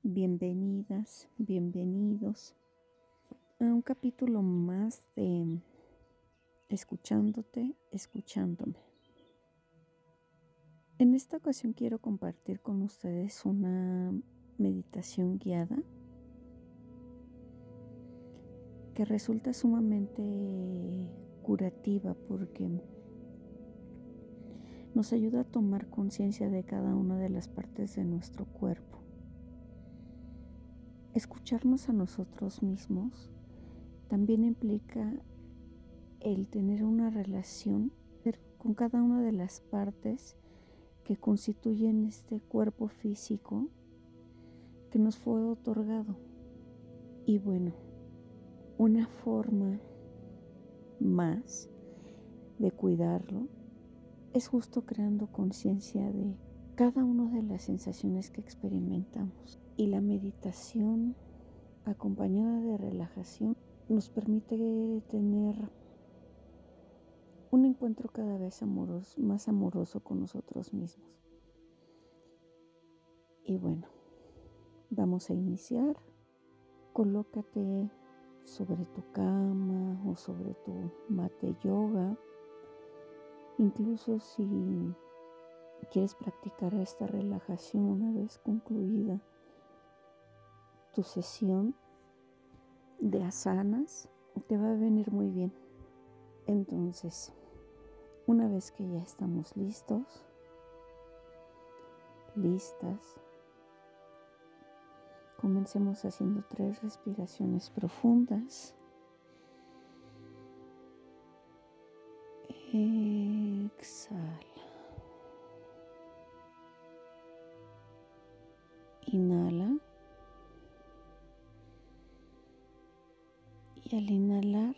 Bienvenidas, bienvenidos a un capítulo más de Escuchándote, escuchándome. En esta ocasión quiero compartir con ustedes una meditación guiada que resulta sumamente curativa porque nos ayuda a tomar conciencia de cada una de las partes de nuestro cuerpo. Escucharnos a nosotros mismos también implica el tener una relación con cada una de las partes que constituyen este cuerpo físico que nos fue otorgado. Y bueno, una forma más de cuidarlo es justo creando conciencia de cada una de las sensaciones que experimentamos. Y la meditación acompañada de relajación nos permite tener un encuentro cada vez más amoroso con nosotros mismos. Y bueno, vamos a iniciar. Colócate sobre tu cama o sobre tu mate yoga. Incluso si quieres practicar esta relajación una vez concluida tu sesión de asanas, te va a venir muy bien. Entonces, una vez que ya estamos listos, listas, comencemos haciendo 3 respiraciones profundas. Exhala. Inhala. Y al inhalar,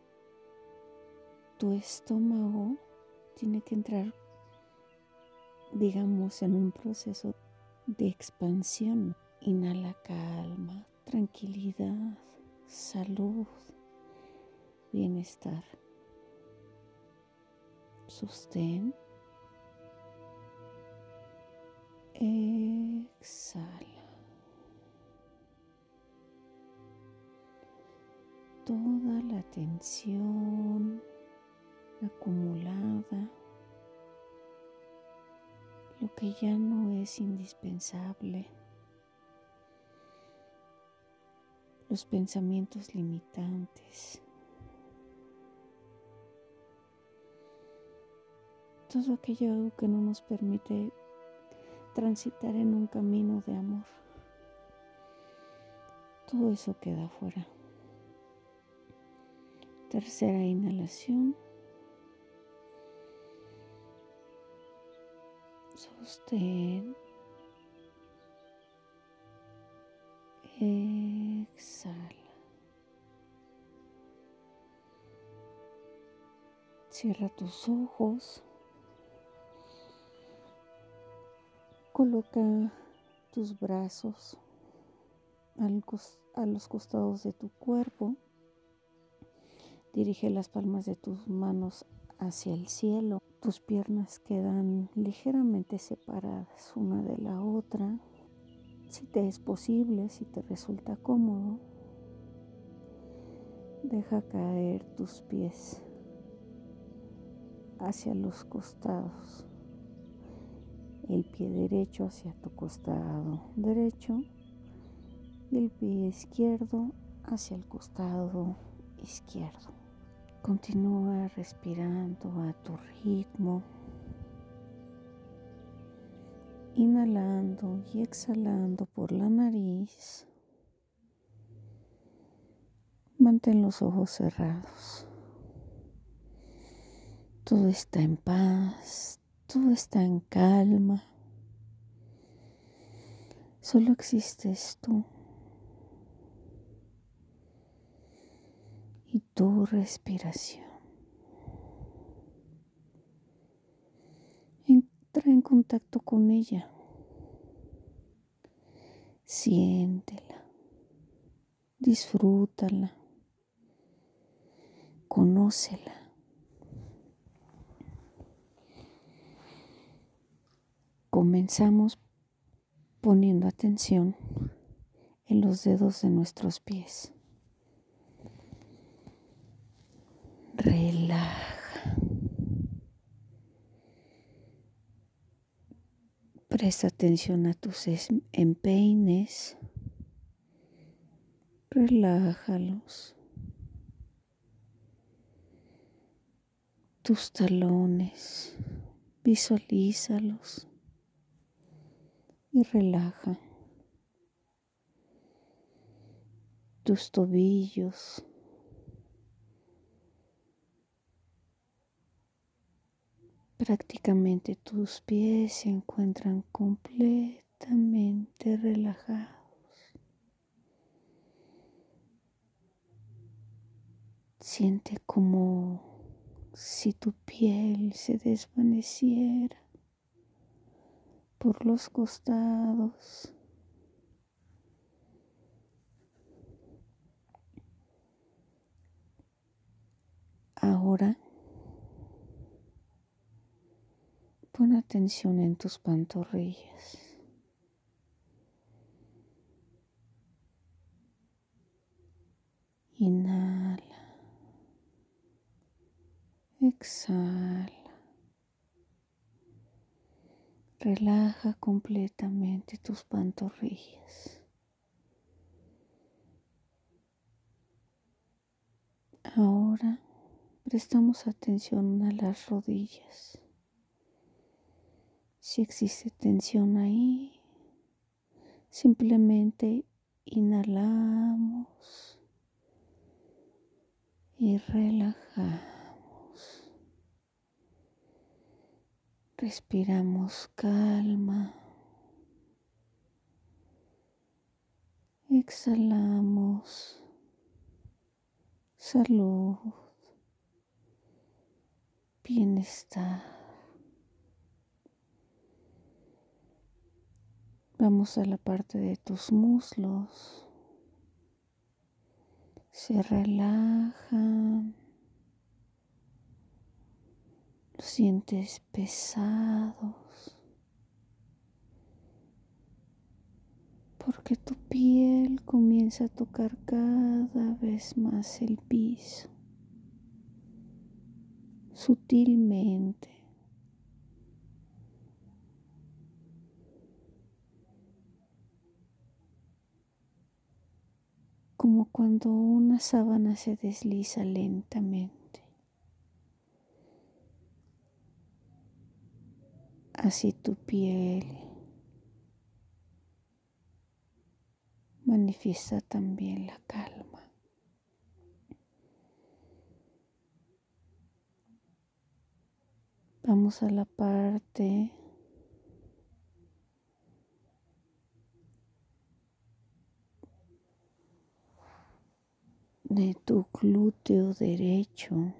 tu estómago tiene que entrar, digamos, en un proceso de expansión. Inhala calma, tranquilidad, salud, bienestar. Sostén. Exhala. Toda la tensión acumulada, lo que ya no es indispensable, los pensamientos limitantes, todo aquello que no nos permite transitar en un camino de amor. Todo eso queda afuera. Tercera inhalación. Sostén. Exhala. Cierra tus ojos. Coloca tus brazos a los costados de tu cuerpo. Dirige las palmas de tus manos hacia el cielo. Tus piernas quedan ligeramente separadas una de la otra. Si te es posible, si te resulta cómodo, deja caer tus pies hacia los costados. El pie derecho hacia tu costado derecho y el pie izquierdo hacia el costado izquierdo. Continúa respirando a tu ritmo, inhalando y exhalando por la nariz. Mantén los ojos cerrados. Todo está en paz, todo está en calma. Solo existes tú y tu respiración. Entra en contacto con ella. Siéntela, disfrútala, conócela. Comenzamos poniendo atención en los dedos de nuestros pies. Relaja. Presta atención a tus empeines. Relájalos. Tus talones. Visualízalos. Y relaja. Tus tobillos. Prácticamente tus pies se encuentran completamente relajados. Siente como si tu piel se desvaneciera por los costados. Ahora pon atención en tus pantorrillas. Inhala. Exhala. Relaja completamente tus pantorrillas. Ahora prestamos atención a las rodillas. Si existe tensión ahí, simplemente inhalamos y relajamos. Respiramos calma. Exhalamos salud, bienestar. Vamos a la parte de tus muslos. Se relajan. Los sientes pesados. Porque tu piel comienza a tocar cada vez más el piso. Sutilmente. Como cuando una sábana se desliza lentamente. Así tu piel manifiesta también la calma. Vamos a la parte de tu glúteo derecho.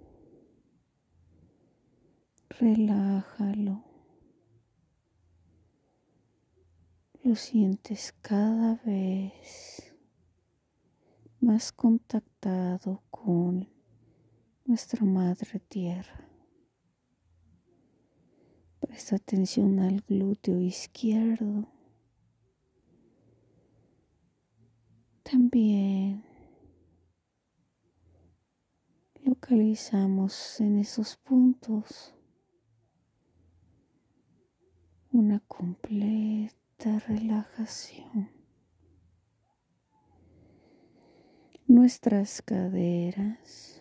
Relájalo. Lo sientes cada vez más contactado con nuestra Madre Tierra. Presta atención al glúteo izquierdo. También localizamos en esos puntos una completa relajación. Nuestras caderas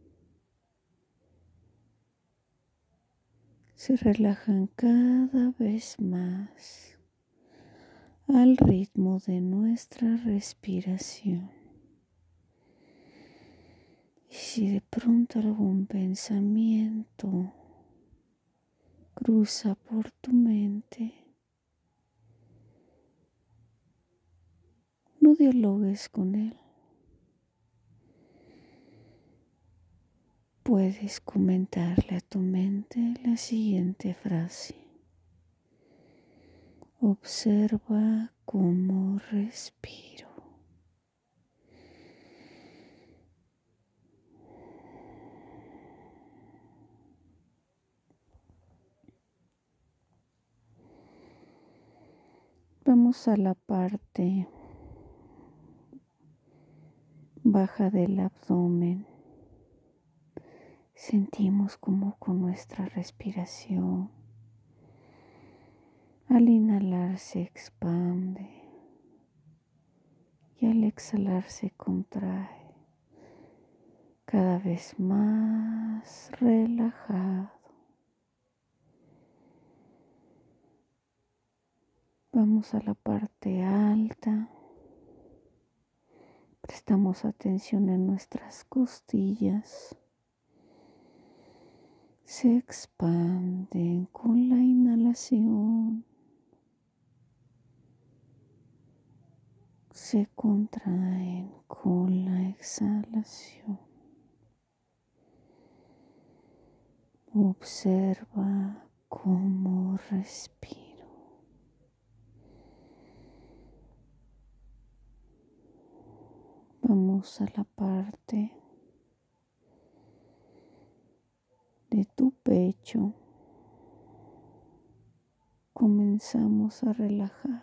se relajan cada vez más al ritmo de nuestra respiración. Y si de pronto algún pensamiento cruza por tu mente, no dialogues con él. Puedes comentarle a tu mente la siguiente frase. Observa cómo respiro. Vamos a la parte baja del abdomen. Sentimos como con nuestra respiración, al inhalar se expande y al exhalar se contrae, cada vez más relajado. Vamos a la parte alta. Prestamos atención en nuestras costillas. Se expanden con la inhalación. Se contraen con la exhalación. Observa cómo respiro. Vamos a la parte de tu pecho. Comenzamos a relajar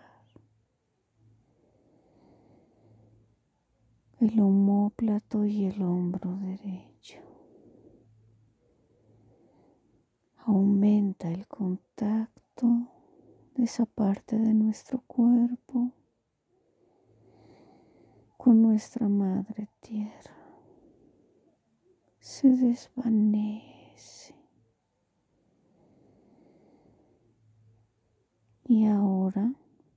el omóplato y el hombro derecho. Aumenta el contacto de esa parte de nuestro cuerpo con nuestra madre tierra. Se desvanece. Y ahora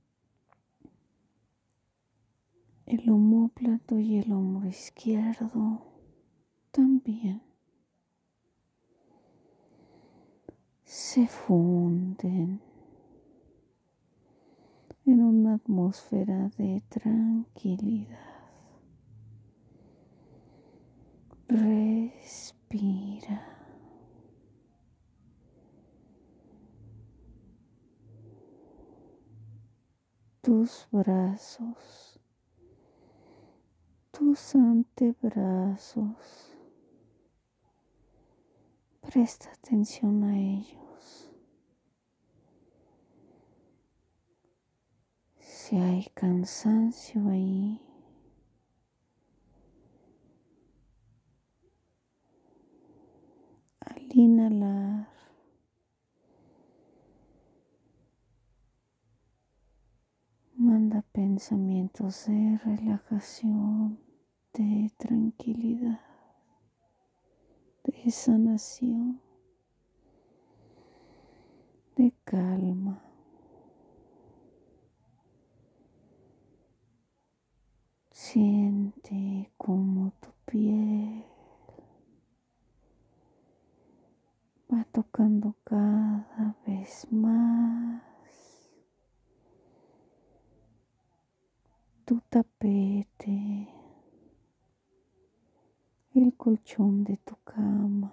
el omóplato y el hombro izquierdo también se funden en una atmósfera de tranquilidad. Respira. Tus brazos, tus antebrazos. Presta atención a ellos. Si hay cansancio ahí, al inhalar, manda pensamientos de relajación, de tranquilidad, de sanación, de calma. Siente como tu piel va tocando cada vez más tu tapete, el colchón de tu cama.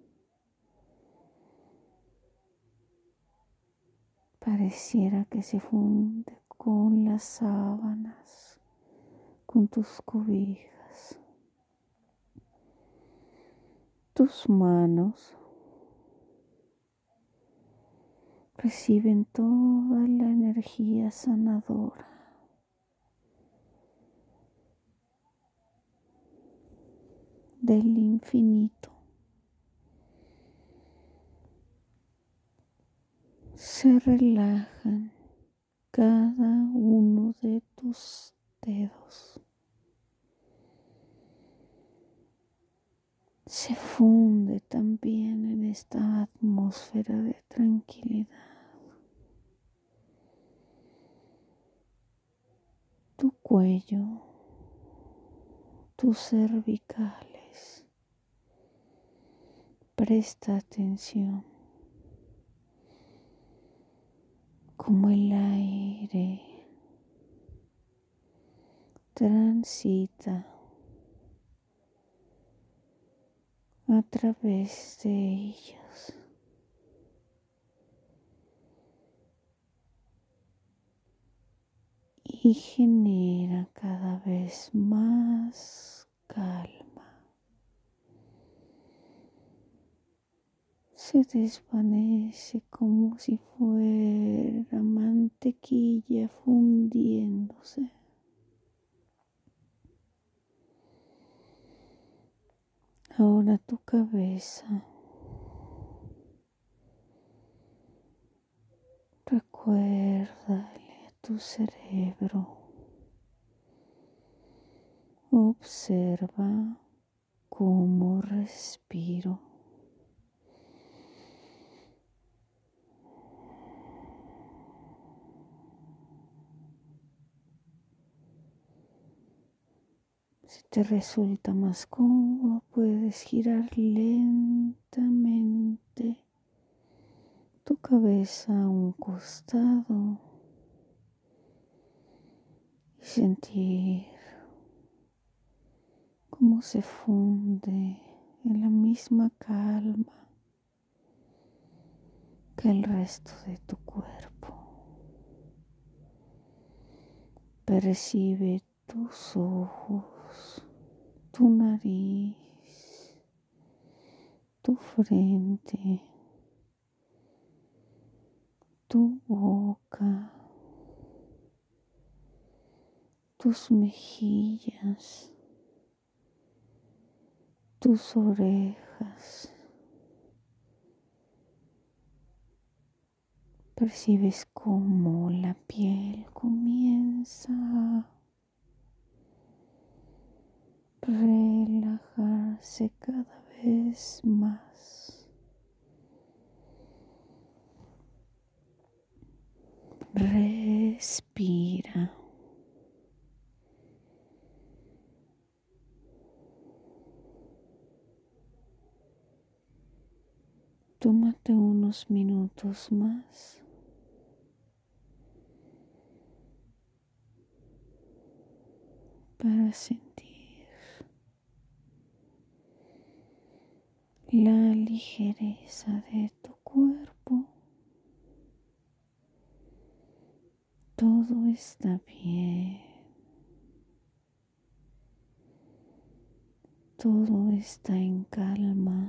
Pareciera que se funde con las sábanas, con tus cobijas. Tus manos reciben toda la energía sanadora del infinito. Se relajan cada uno de tus dedos. Se funde también en esta atmósfera de tranquilidad. Tu cuello, tus cervicales. Presta atención como el aire transita a través de ellos. Y genera cada vez más calma. Se desvanece como si fuera mantequilla fundiéndose. Ahora tu cabeza. Recuérdale a tu cerebro. Observa cómo respiro. Si te resulta más cómodo, puedes girar lentamente tu cabeza a un costado y sentir cómo se funde en la misma calma que el resto de tu cuerpo. Percibe tus ojos, tu nariz, tu frente, tu boca, tus mejillas, tus orejas. Percibes cómo la piel comienza a relajarse cada vez más. Respira. Tómate unos minutos más para sentir la ligereza de tu cuerpo. Todo está bien. Todo está en calma.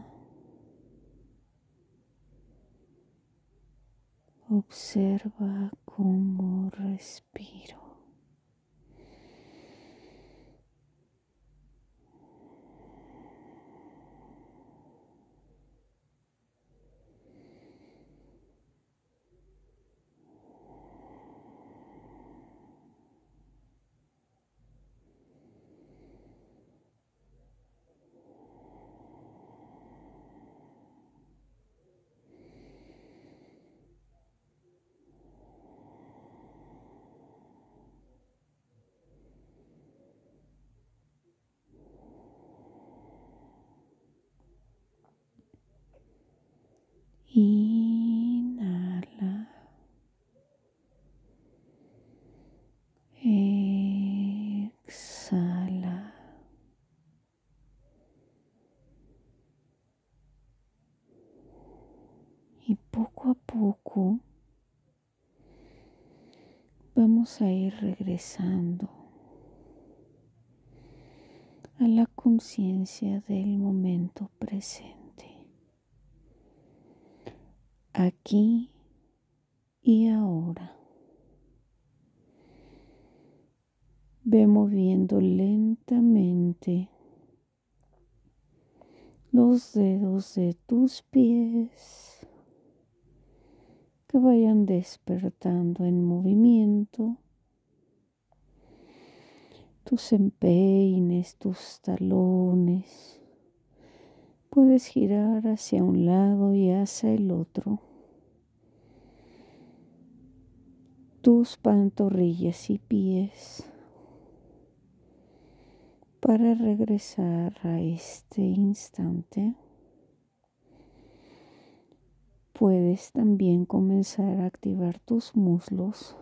Observa cómo respiro. Inhala. Exhala. Y poco a poco vamos a ir regresando a la conciencia del momento presente, aquí y ahora. Ve moviendo lentamente los dedos de tus pies que vayan despertando en movimiento, tus empeines, tus talones. Puedes girar hacia un lado y hacia el otro. Tus pantorrillas y pies para regresar a este instante. Puedes también comenzar a activar tus muslos,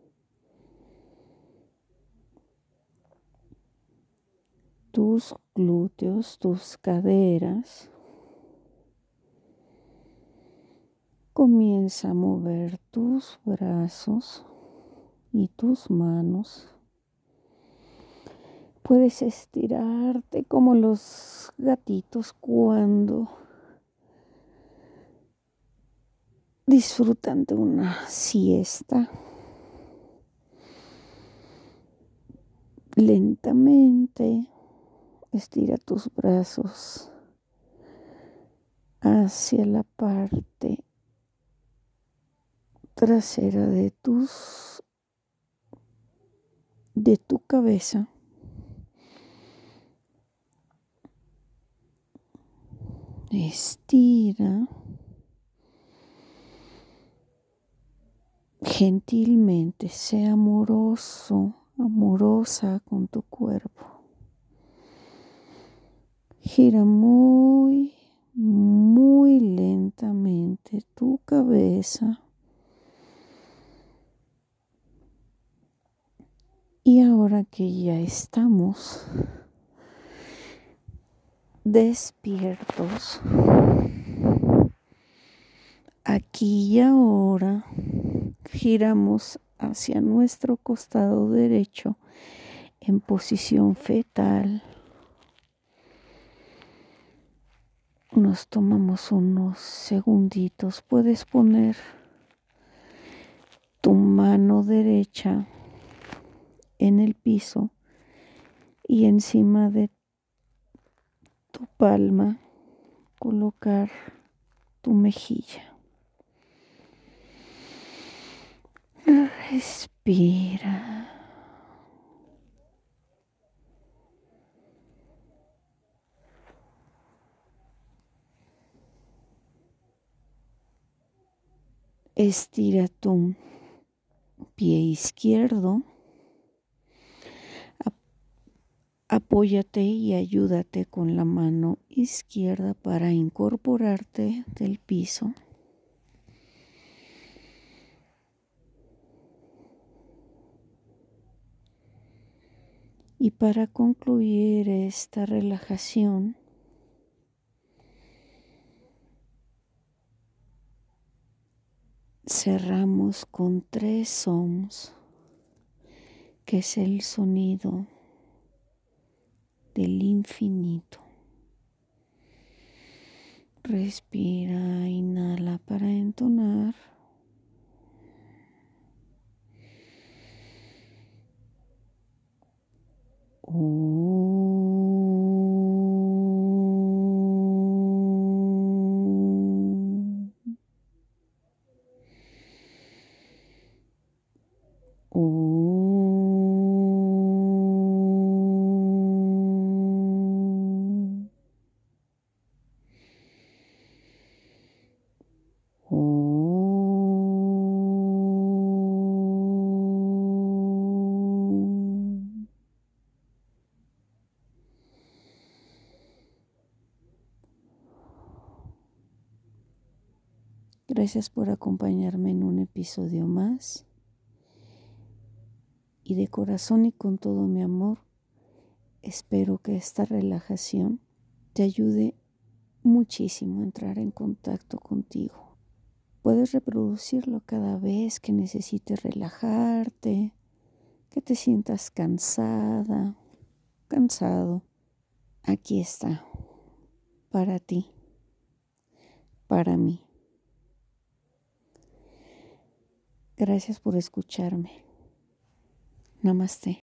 tus glúteos, tus caderas. Comienza a mover tus brazos y tus manos. Puedes estirarte como los gatitos cuando disfrutan de una siesta. Lentamente estira tus brazos hacia la parte trasera de tu cabeza. Estira gentilmente, sé amoroso, amorosa con tu cuerpo. Gira muy, muy lentamente tu cabeza. Y ahora que ya estamos despiertos, aquí y ahora giramos hacia nuestro costado derecho en posición fetal. Nos tomamos unos segunditos. Puedes poner tu mano derecha en el piso y encima de tu palma colocar tu mejilla. Respira. Estira tu pie izquierdo. Apóyate y ayúdate con la mano izquierda para incorporarte del piso. Y para concluir esta relajación, cerramos con 3 ohms, que es el sonido del infinito. Respira, inhala para entonar. Gracias por acompañarme en un episodio más. Y de corazón y con todo mi amor, espero que esta relajación te ayude muchísimo a entrar en contacto contigo. Puedes reproducirlo cada vez que necesites relajarte, que te sientas cansada, cansado. Aquí está, para ti, para mí. Gracias por escucharme. Namaste.